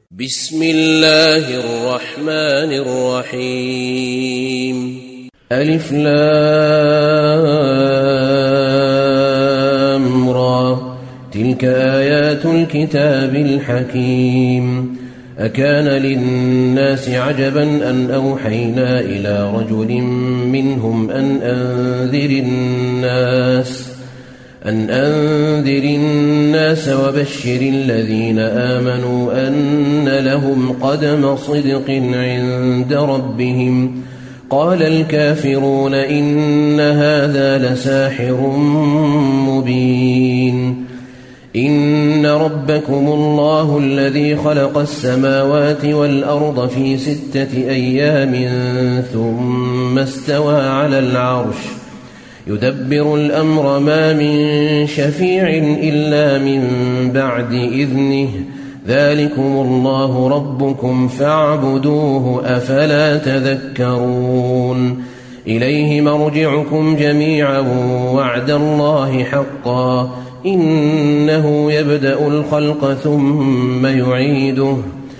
بسم الله الرحمن الرحيم ألف لام را تلك آيات الكتاب الحكيم أكان للناس عجبا أن أوحينا إلى رجل منهم أن أنذر الناس وبشر الذين آمنوا أن لهم قدم صدق عند ربهم قال الكافرون إن هذا لساحر مبين إن ربكم الله الذي خلق السماوات والأرض في 6 أيام ثم استوى على العرش يدبر الأمر ما من شفيع إلا من بعد إذنه ذلكم الله ربكم فاعبدوه أفلا تذكرون إليه مرجعكم جميعا وعد الله حقا إنه يبدأ الخلق ثم يعيده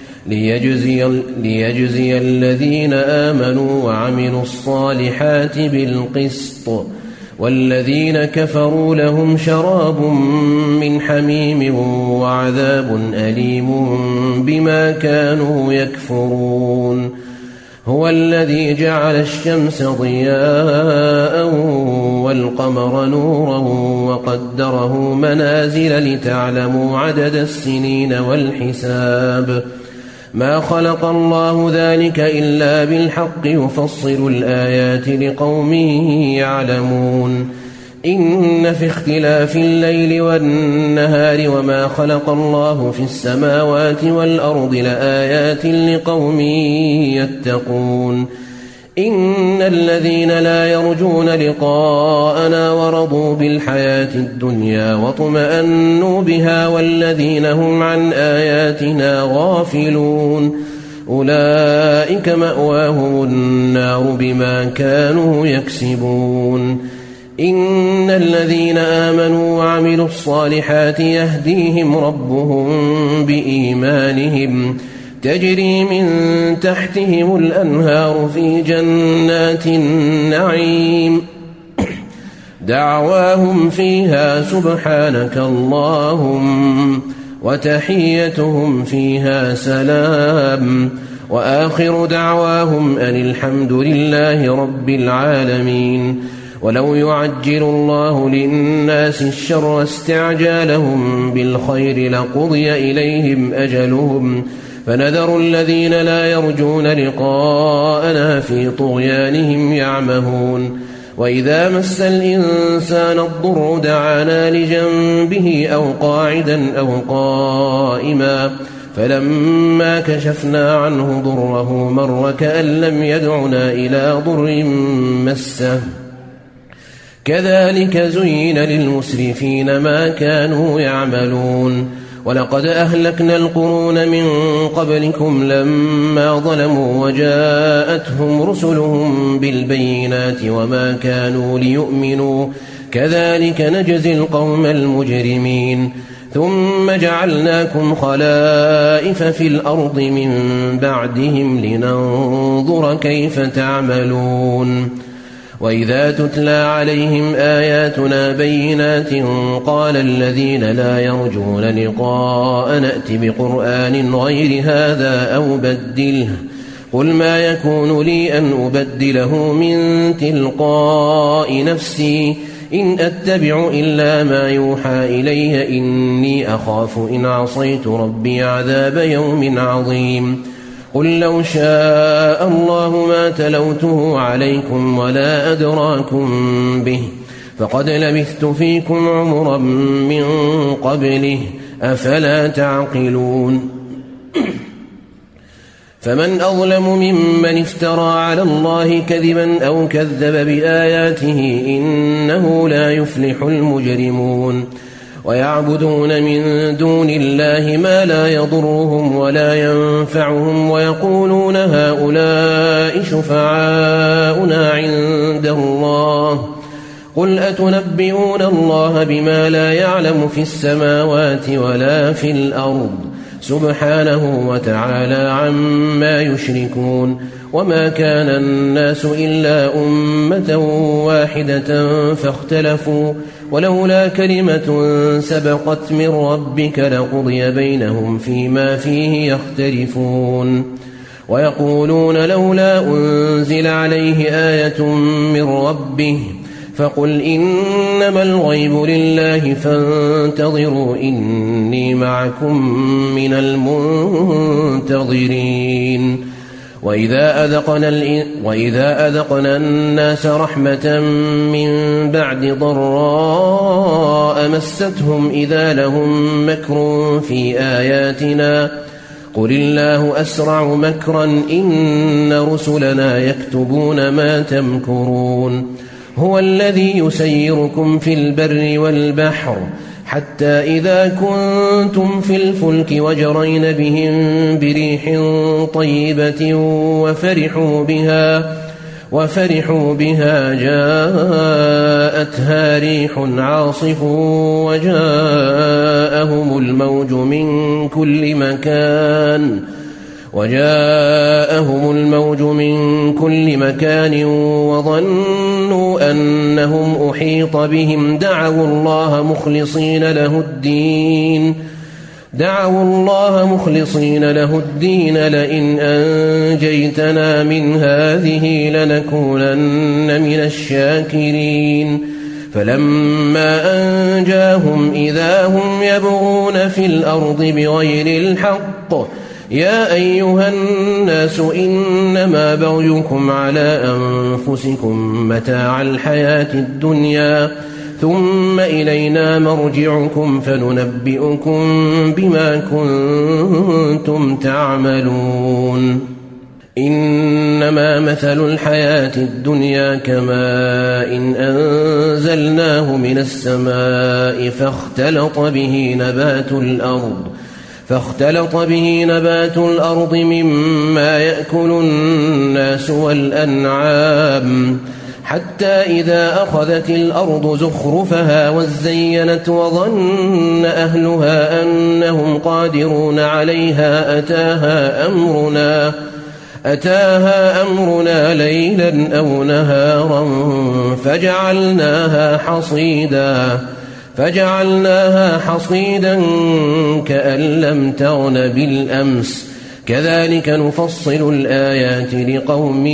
ليجزي الذين آمنوا وعملوا الصالحات بالقسط والذين كفروا لهم شراب من حميم وعذاب أليم بما كانوا يكفرون هو الذي جعل الشمس ضياء والقمر نورا وقدره منازل لتعلموا عدد السنين والحساب ما خلق الله ذلك إلا بالحق يفصل الآيات لقوم يعلمون إن في اختلاف الليل والنهار وما خلق الله في السماوات والأرض لآيات لقوم يتقون إن الذين لا يرجون لقاءنا ورضوا بالحياة الدنيا واطمأنوا بها والذين هم عن آياتنا غافلون أولئك مأواهم النار بما كانوا يكسبون إن الذين آمنوا وعملوا الصالحات يهديهم ربهم بإيمانهم تجري من تحتهم الأنهار في جنات النعيم دعواهم فيها سبحانك اللهم وتحيتهم فيها سلام وآخر دعواهم أن الحمد لله رب العالمين ولو يعجل الله للناس الشر استعجالهم بالخير لقضي إليهم أجلهم فنذر الذين لا يرجون لقاءنا في طغيانهم يعمهون وإذا مس الإنسان الضر دعانا لجنبه أو قاعدا أو قائما فلما كشفنا عنه ضره مر كأن لم يدعنا إلى ضر مسه كذلك زين للمسرفين ما كانوا يعملون ولقد أهلكنا القرون من قبلكم لما ظلموا وجاءتهم رسلهم بالبينات وما كانوا ليؤمنوا كذلك نجزي القوم المجرمين ثم جعلناكم خلائف في الأرض من بعدهم لننظر كيف تعملون وإذا تتلى عليهم آياتنا بينات قال الذين لا يرجون لقاء نأت بقرآن غير هذا أو بدله قل ما يكون لي أن أبدله من تلقاء نفسي إن أتبع إلا ما يوحى إلي إني أخاف إن عصيت ربي عذاب يوم عظيم قل لو شاء الله ما تلوته عليكم ولا أدراكم به فقد لبثت فيكم عمرا من قبله أفلا تعقلون فمن أظلم ممن افترى على الله كذبا أو كذب بآياته إنه لا يفلح المجرمون ويعبدون من دون الله ما لا يضرهم ولا ينفعهم ويقولون هؤلاء شفعاؤنا عند الله قل أتنبئون الله بما لا يعلم في السماوات ولا في الأرض سبحانه وتعالى عما يشركون. وما كان الناس إلا أمة واحدة فاختلفوا، ولولا كلمة سبقت من ربك لقضي بينهم فيما فيه يختلفون. ويقولون لولا أنزل عليه آية من ربه فقل إنما الغيب لله فانتظروا إني معكم من المنتظرين. وإذا أذقنا الناس رحمة من بعد ضراء مستهم إذا لهم مكر في آياتنا قل الله أسرع مكرا إن رسلنا يكتبون ما تمكرون. هو الذي يسيركم في البر والبحر حتى إذا كنتم في الفلك وجرين بهم بريح طيبة وفرحوا بها جاءتها ريح عاصف وجاءهم الموج من كل مكان وظنوا أنهم أحيط بهم دعوا الله مخلصين له الدين لئن أنجيتنا من هذه لنكونن من الشاكرين. فلما أنجاهم إذا هم يبغون في الأرض بغير الحق يا أيها الناس إنما بغيكم على أنفسكم متاع الحياة الدنيا ثم إلينا مرجعكم فننبئكم بما كنتم تعملون. إنما مثل الحياة الدنيا كماء أنزلناه من السماء فاختلط به نبات الأرض مما يأكل الناس والأنعام حتى إذا أخذت الأرض زخرفها وزينت وظن أهلها أنهم قادرون عليها أتاها أمرنا ليلا أو نهارا فجعلناها حصيدا كأن لم تغن بالأمس كذلك نفصل الآيات لقوم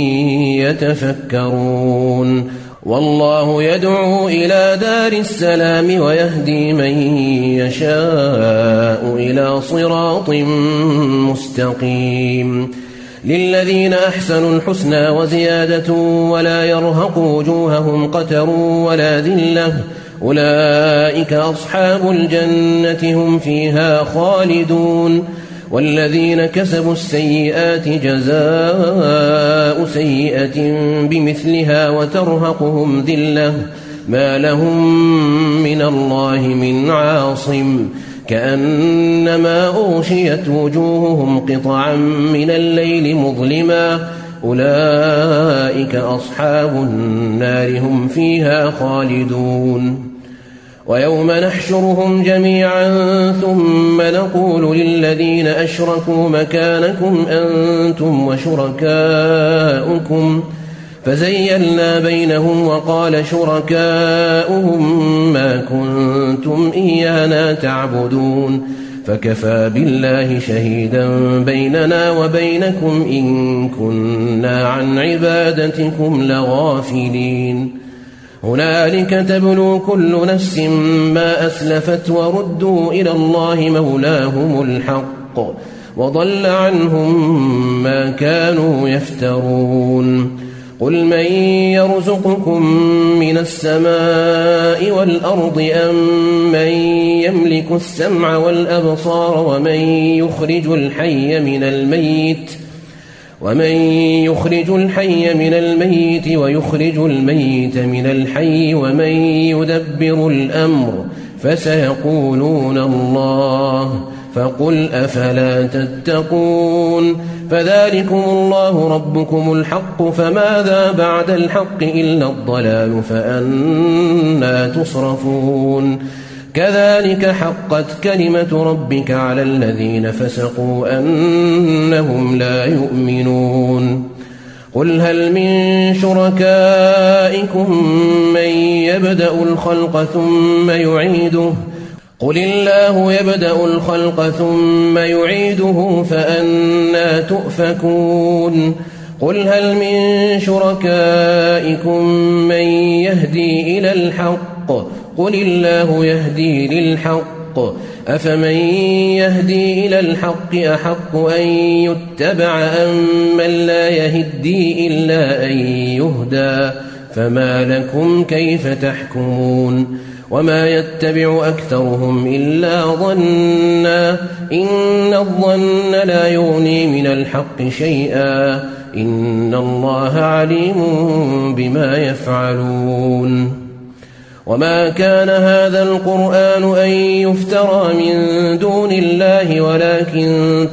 يتفكرون. والله يدعو إلى دار السلام ويهدي من يشاء إلى صراط مستقيم. للذين أحسنوا الحسنى وزيادة ولا يرهق وجوههم قتر ولا ذلة أولئك أصحاب الجنة هم فيها خالدون. والذين كسبوا السيئات جزاء سيئة بمثلها وترهقهم ذلة ما لهم من الله من عاصم كأنما أغشيت وجوههم قطعا من الليل مظلما أولئك أصحاب النار هم فيها خالدون. ويوم نحشرهم جميعا ثم نقول للذين أشركوا مكانكم أنتم وشركاؤكم فزيلنا بينهم وقال شركاؤهم ما كنتم إيانا تعبدون فكفى بالله شهيدا بيننا وبينكم إن كنا عن عبادتكم لغافلين. هنالك تبلو كل نفس ما أسلفت وردوا إلى الله مولاهم الحق وضل عنهم ما كانوا يفترون. قل من يرزقكم من السماء والأرض أم من يملك السمع والأبصار ومن يخرج الحي من الميت ويخرج الميت من الحي ومن يدبر الأمر فسيقولون الله فقل أفلا تتقون. فذلكم الله ربكم الحق فماذا بعد الحق إلا الضلال فأنى تصرفون. كذلك حقت كلمة ربك على الذين فسقوا أنهم لا يؤمنون قل هل من شركائكم من يبدأ الخلق ثم يعيده قل الله يبدأ الخلق ثم يعيده فأنى تؤفكون قل هل من شركائكم من يهدي إلى الحق قل الله يهدي للحق أفمن يهدي إلى الحق أحق أن يتبع أم من لا يهدي إلا أن يهدى فما لكم كيف تحكمون وما يتبع أكثرهم إلا ظنا إن الظن لا يغني من الحق شيئا إن الله عليم بما يفعلون وما كان هذا القرآن أن يفترى من دون الله ولكن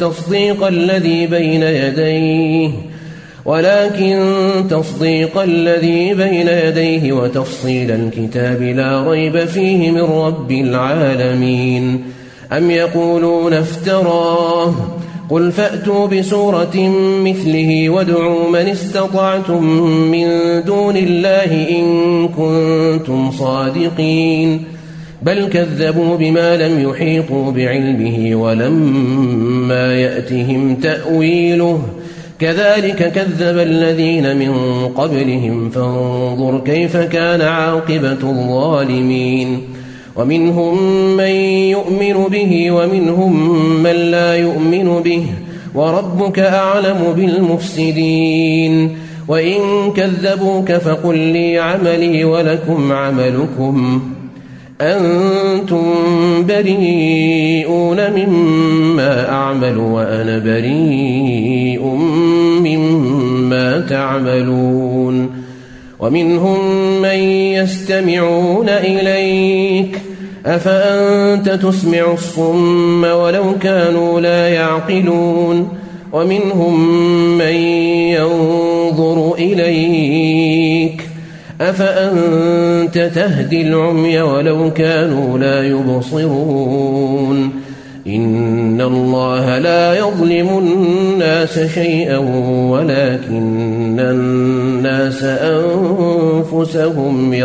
تصديق الذي بين يديه وتفصيل الكتاب لا ريب فيه من رب العالمين أم يقولون افتراه قل فأتوا بسورة مثله وادعوا من استطعتم من دون الله إن كنتم صادقين بل كذبوا بما لم يحيطوا بعلمه ولما يأتهم تأويله كذلك كذب الذين من قبلهم فانظر كيف كان عاقبة الظالمين ومنهم من يؤمن به ومنهم من لا يؤمن به وربك أعلم بالمفسدين وإن كذبوك فقل لي عملي ولكم عملكم أنتم بريئون مما أعمل وأنا بريء مما تعملون ومنهم من يستمعون إليك أفأنت تسمع الصم ولو كانوا لا يعقلون ومنهم من ينظر إليك أفأنت تهدي العمي ولو كانوا لا يبصرون إن الله لا يظلم الناس شيئا ولكن الناس أنفسهم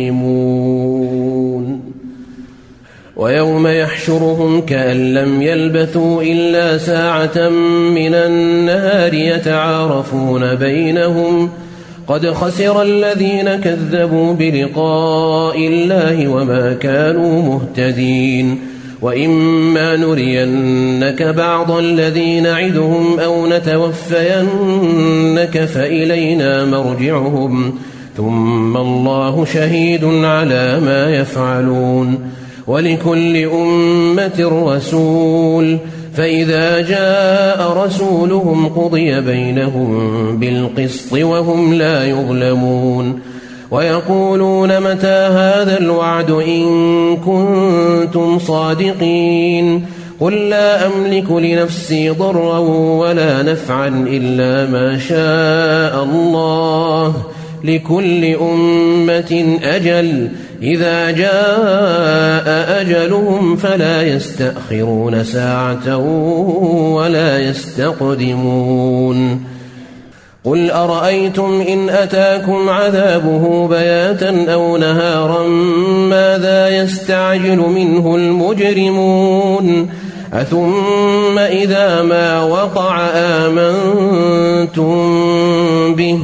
يظلمون ويوم يحشرهم كأن لم يلبثوا إلا ساعة من النهار يتعارفون بينهم قد خسر الذين كذبوا بلقاء الله وما كانوا مهتدين وإما نرينك بعض الذي نعدهم أو نتوفينك فإلينا مرجعهم ثم الله شهيد على ما يفعلون ولكل أمة رسول فإذا جاء رسولهم قضي بينهم بالقسط وهم لا يظلمون ويقولون متى هذا الوعد إن كنتم صادقين قل لا أملك لنفسي ضرا ولا نفعا إلا ما شاء الله لكل أمة أجل إذا جاء أجلهم فلا يستأخرون ساعة ولا يستقدمون قل أرأيتم إن أتاكم عذابه بياتا أو نهارا ماذا يستعجل منه المجرمون أثم إذا ما وقع آمنتم به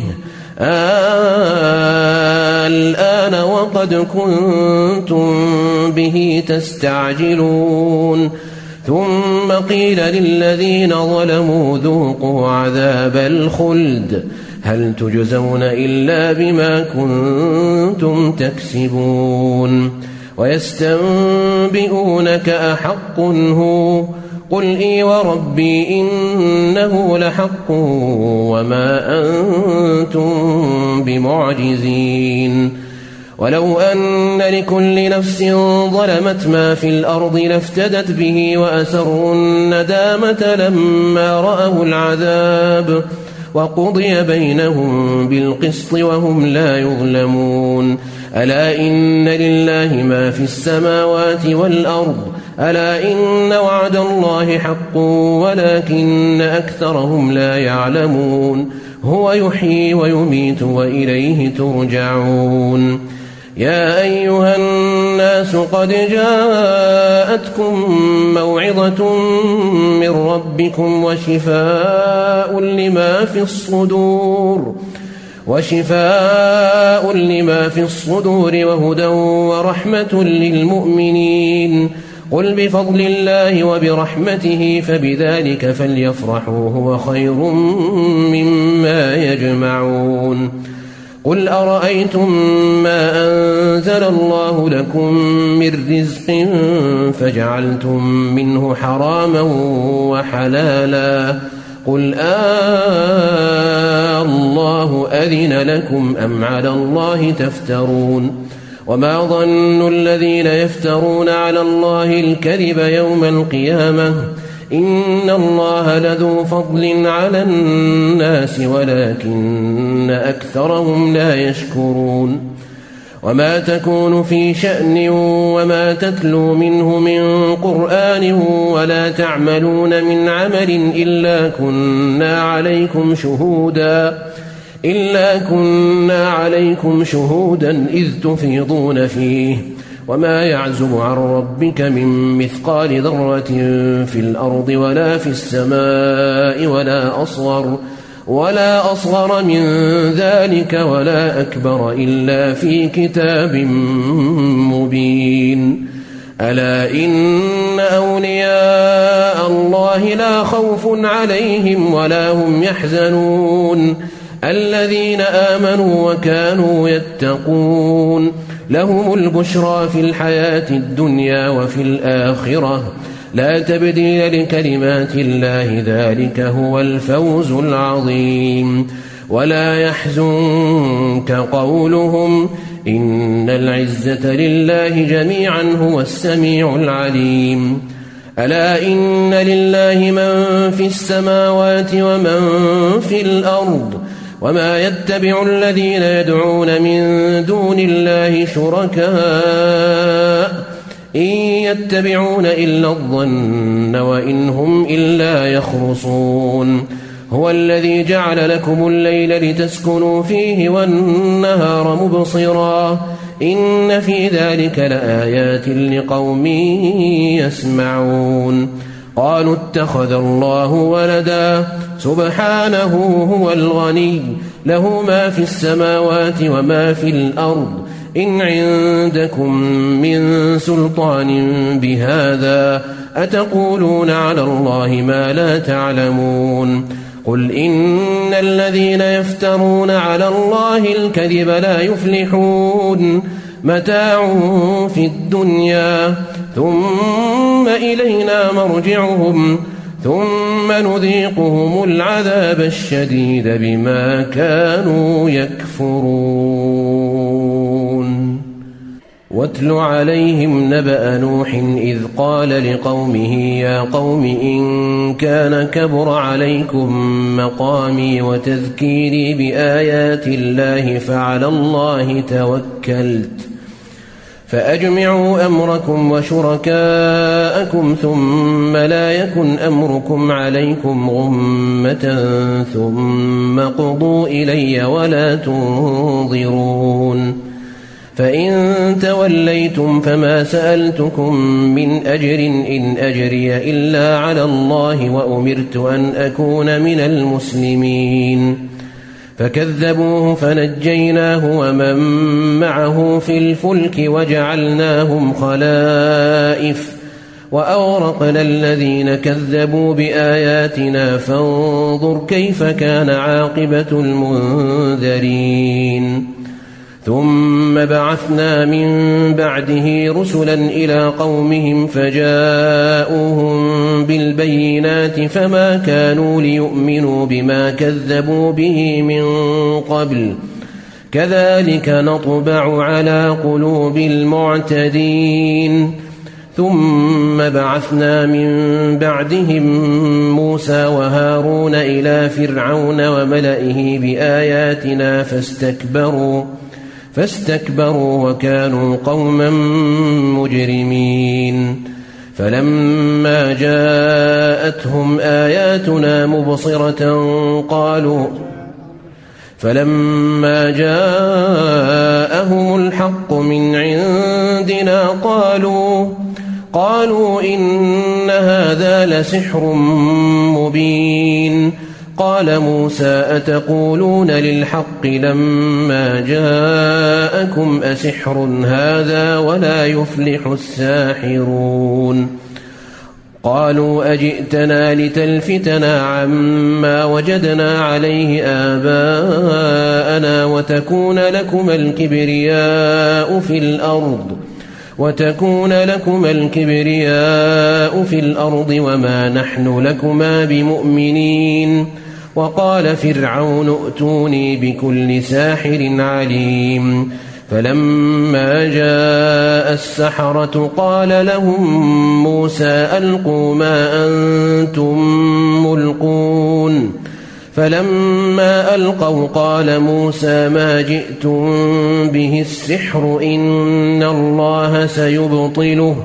الآن وقد كنتم به تستعجلون ثم قيل للذين ظلموا ذوقوا عذاب الخلد هل تجزون إلا بما كنتم تكسبون ويستنبئونك أحق هو قل إي وربي إنه لحق وما أنتم بمعجزين ولو أن لكل نفس ظلمت ما في الأرض لافتدت به وأسروا الندامة لما رأوا العذاب وقضي بينهم بالقسط وهم لا يظلمون ألا إن لله ما في السماوات والأرض ألا إن وعد الله حق ولكن أكثرهم لا يعلمون هو يحيي ويميت وإليه ترجعون يا أيها الناس قد جاءتكم موعظة من ربكم وشفاء لما في الصدور وهدى ورحمة للمؤمنين قل بفضل الله وبرحمته فبذلك فليفرحوا هو خير مما يجمعون قل أرأيتم ما أنزل الله لكم من رزق فجعلتم منه حراما وحلالا قل الله أذن لكم أم على الله تفترون وما ظن الذين يفترون على الله الكذب يوم القيامة إن الله لذو فضل على الناس ولكن أكثرهم لا يشكرون وما تكون في شأن وما تتلو منه من قرآن ولا تعملون من عمل إلا كنا عليكم شهودا إذ تفيضون فيه وما يعزب عن ربك من مثقال ذرة في الأرض ولا في السماء ولا أصغر من ذلك ولا أكبر إلا في كتاب مبين ألا إن أولياء الله لا خوف عليهم ولا هم يحزنون الذين آمنوا وكانوا يتقون لهم البشرى في الحياة الدنيا وفي الآخرة لا تبديل لكلمات الله ذلك هو الفوز العظيم ولا يحزنك قولهم إن العزة لله جميعا هو السميع العليم ألا إن لله من في السماوات ومن في الأرض وما يتبع الذين يدعون من دون الله شركاء إن يتبعون إلا الظن وإن هم إلا يخرصون هو الذي جعل لكم الليل لتسكنوا فيه والنهار مبصرا إن في ذلك لآيات لقوم يسمعون قالوا اتخذ الله ولدا سبحانه هو الغني له ما في السماوات وما في الأرض إن عندكم من سلطان بهذا أتقولون على الله ما لا تعلمون قل إن الذين يفترون على الله الكذب لا يفلحون متاع في الدنيا ثم إلينا مرجعهم ثم نذيقهم العذاب الشديد بما كانوا يكفرون واتل عليهم نبأ نوح إذ قال لقومه يا قوم إن كان كبر عليكم مقامي وتذكيري بآيات الله فعلى الله توكلت فأجمعوا أمركم وشركاءكم ثم لا يكن أمركم عليكم غمة ثم قضوا إلي ولا تنظرون فإن توليتم فما سألتكم من أجر إن أجري إلا على الله وأمرت أن أكون من المسلمين فكذبوه فنجيناه ومن معه في الفلك وجعلناهم خلائف وأغرقنا الذين كذبوا بآياتنا فانظر كيف كان عاقبة المنذرين ثم بعثنا من بعده رسلا إلى قومهم فجاءوهم بالبينات فما كانوا ليؤمنوا بما كذبوا به من قبل كذلك نطبع على قلوب المعتدين ثم بعثنا من بعدهم موسى وهارون إلى فرعون وملئه بآياتنا فاستكبروا وكانوا قوما مجرمين. فلما جاءتهم آياتنا مبصرة فلما جاءهم الحق من عندنا قالوا إن هذا لسحر مبين. قال موسى أتقولون للحق لما جاءكم أسحر هذا ولا يفلح الساحرون. قالوا أجئتنا لتلفتنا عما وجدنا عليه آباءنا وتكون لكما الكبرياء في الأرض وما نحن لكما بمؤمنين. وقال فرعون ائتوني بكل ساحر عليم. فلما جاء السحرة قال لهم موسى ألقوا ما أنتم ملقون. فلما ألقوا قال موسى ما جئتم به السحر إن الله سيبطله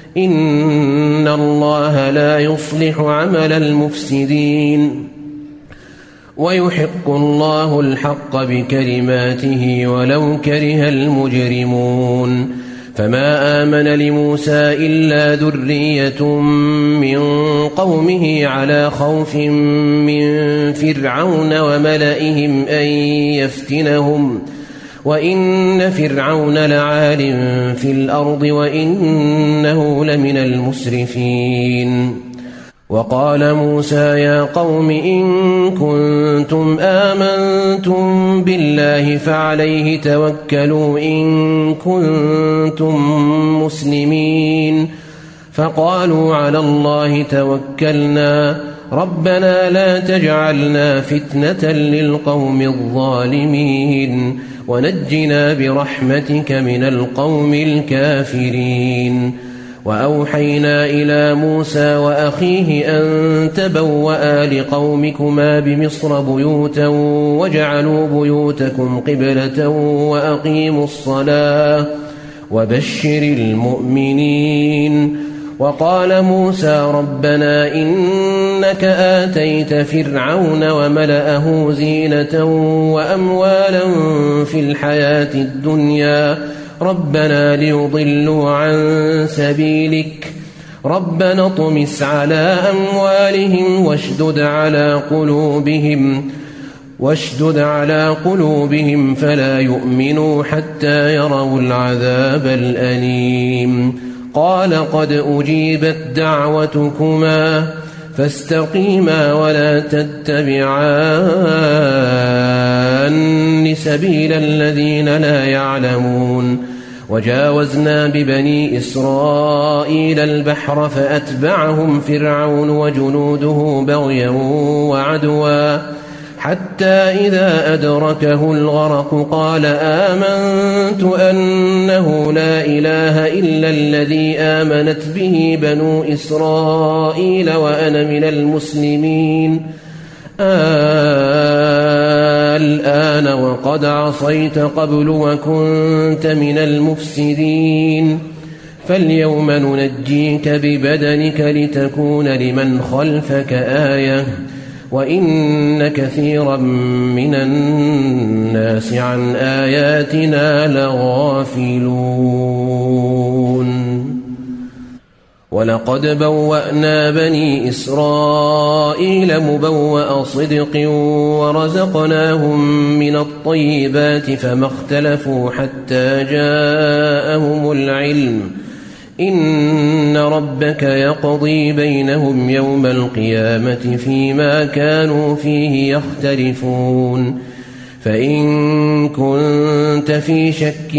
إن الله لا يصلح عمل المفسدين ويحق الله الحق بكلماته ولو كره المجرمون. فما آمن لموسى إلا ذرية من قومه على خوف من فرعون وملئهم أن يفتنهم وإن فرعون لعال في الأرض وإنه لمن المسرفين. وقال موسى يا قوم إن كنتم آمنتم بالله فعليه توكلوا إن كنتم مسلمين. فقالوا على الله توكلنا ربنا لا تجعلنا فتنة للقوم الظالمين ونجنا برحمتك من القوم الكافرين. وأوحينا إلى موسى وأخيه أن تبوأ لقومكما بمصر بيوتا واجعلوا بيوتكم قبلة وأقيموا الصلاة وبشر المؤمنين. وقال موسى ربنا إنك آتيت فرعون وملأه زينة وأموالا في الحياة الدنيا ربنا ليضلوا عن سبيلك ربنا اطمس على أموالهم واشدد على قلوبهم فلا يؤمنوا حتى يروا العذاب الأليم. قال قد أجيبت دعوتكما فاستقيما ولا تتبعان سبيل الذين لا يعلمون. وجاوزنا ببني إسرائيل البحر فأتبعهم فرعون وجنوده بغيا وعدوا حتى إذا أدركه الغرق قال آمنت أنه لا إله إلا الذي آمنت به بنو إسرائيل وأنا من المسلمين. الآن وقد عصيت قبل وكنت من المفسدين فاليوم ننجيك ببدنك لتكون لمن خلفك آية وإن كثيرا من الناس عن آياتنا لغافلون. ولقد بوأنا بني إسرائيل مبوأ صدق ورزقناهم من الطيبات فما اختلفوا حتى جاءهم العلم إن ربك يقضي بينهم يوم القيامة فيما كانوا فيه يختلفون. فإن كنت في شك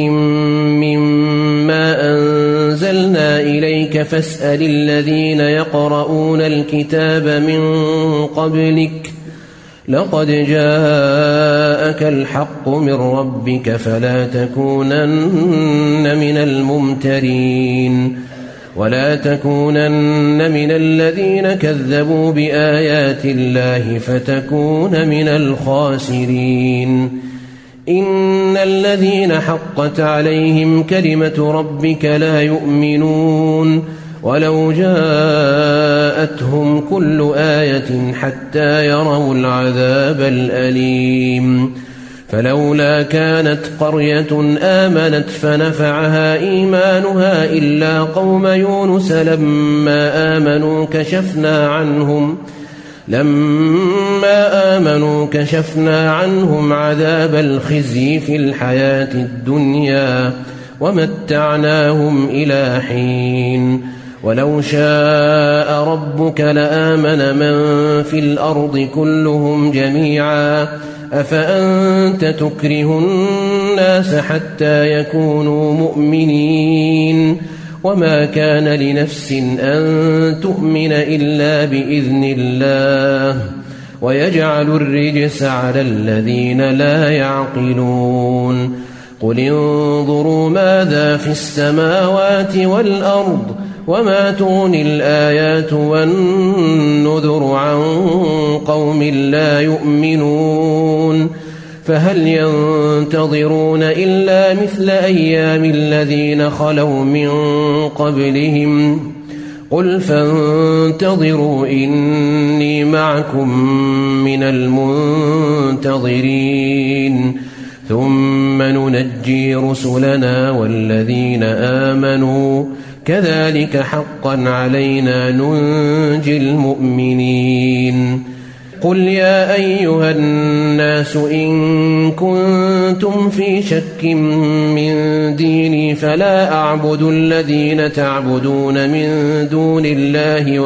مما أنزلنا إليك فاسأل الذين يقرؤون الكتاب من قبلك لقد جاءك الحق من ربك فلا تكونن من الممترين ولا تكونن من الذين كذبوا بآيات الله فتكون من الخاسرين. إن الذين حقت عليهم كلمة ربك لا يؤمنون ولو جاءتهم كل آية حتى يروا العذاب الأليم فلولا كانت قرية آمنت فنفعها إيمانها إلا قوم يونس لما آمنوا كشفنا عنهم عذاب الخزي في الحياة الدنيا ومتعناهم إلى حين ولو شاء ربك لآمن من في الأرض كلهم جميعا أفأنت تكره الناس حتى يكونوا مؤمنين وما كان لنفس أن تؤمن إلا بإذن الله ويجعل الرجس على الذين لا يعقلون قل انظروا ماذا في السماوات والأرض وما تغني الآيات والنذر عن قوم لا يؤمنون فهل ينتظرون إلا مثل أيام الذين خلوا من قبلهم قل فانتظروا إني معكم من المنتظرين ثم ننجي رسلنا والذين آمنوا كذلك حقا علينا ننجي المؤمنين قل يا أيها الناس إن كنتم في شك من ديني فلا أعبد الذين تعبدون من دون الله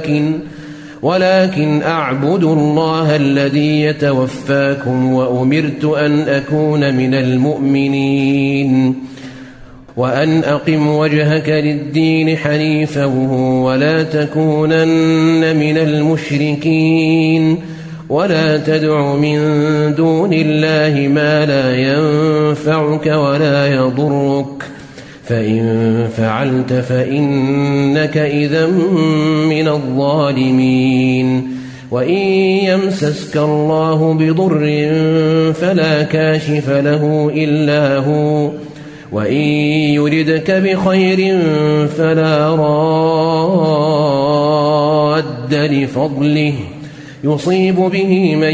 ولكن أعبد الله الذي يتوفاكم وأمرت أن أكون من المؤمنين وأن أقم وجهك للدين حنيفا ولا تكونن من المشركين ولا تدع من دون الله ما لا ينفعك ولا يضرك فإن فعلت فإنك إذا من الظالمين وإن يمسسك الله بضر فلا كاشف له إلا هو وإن يردك بخير فلا راد لفضله يصيب به من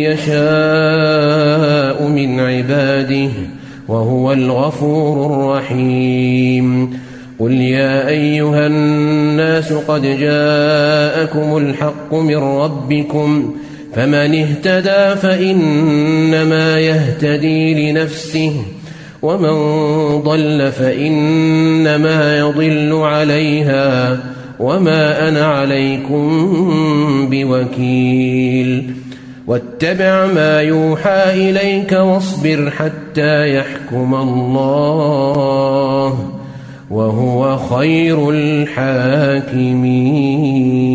يشاء من عباده وهو الغفور الرحيم قل يا أيها الناس قد جاءكم الحق من ربكم فمن اهتدى فإنما يهتدي لنفسه ومن ضل فإنما يضل عليها وما أنا عليكم بوكيل واتبع ما يوحى إليك واصبر حتى يحكم الله وهو خير الحاكمين.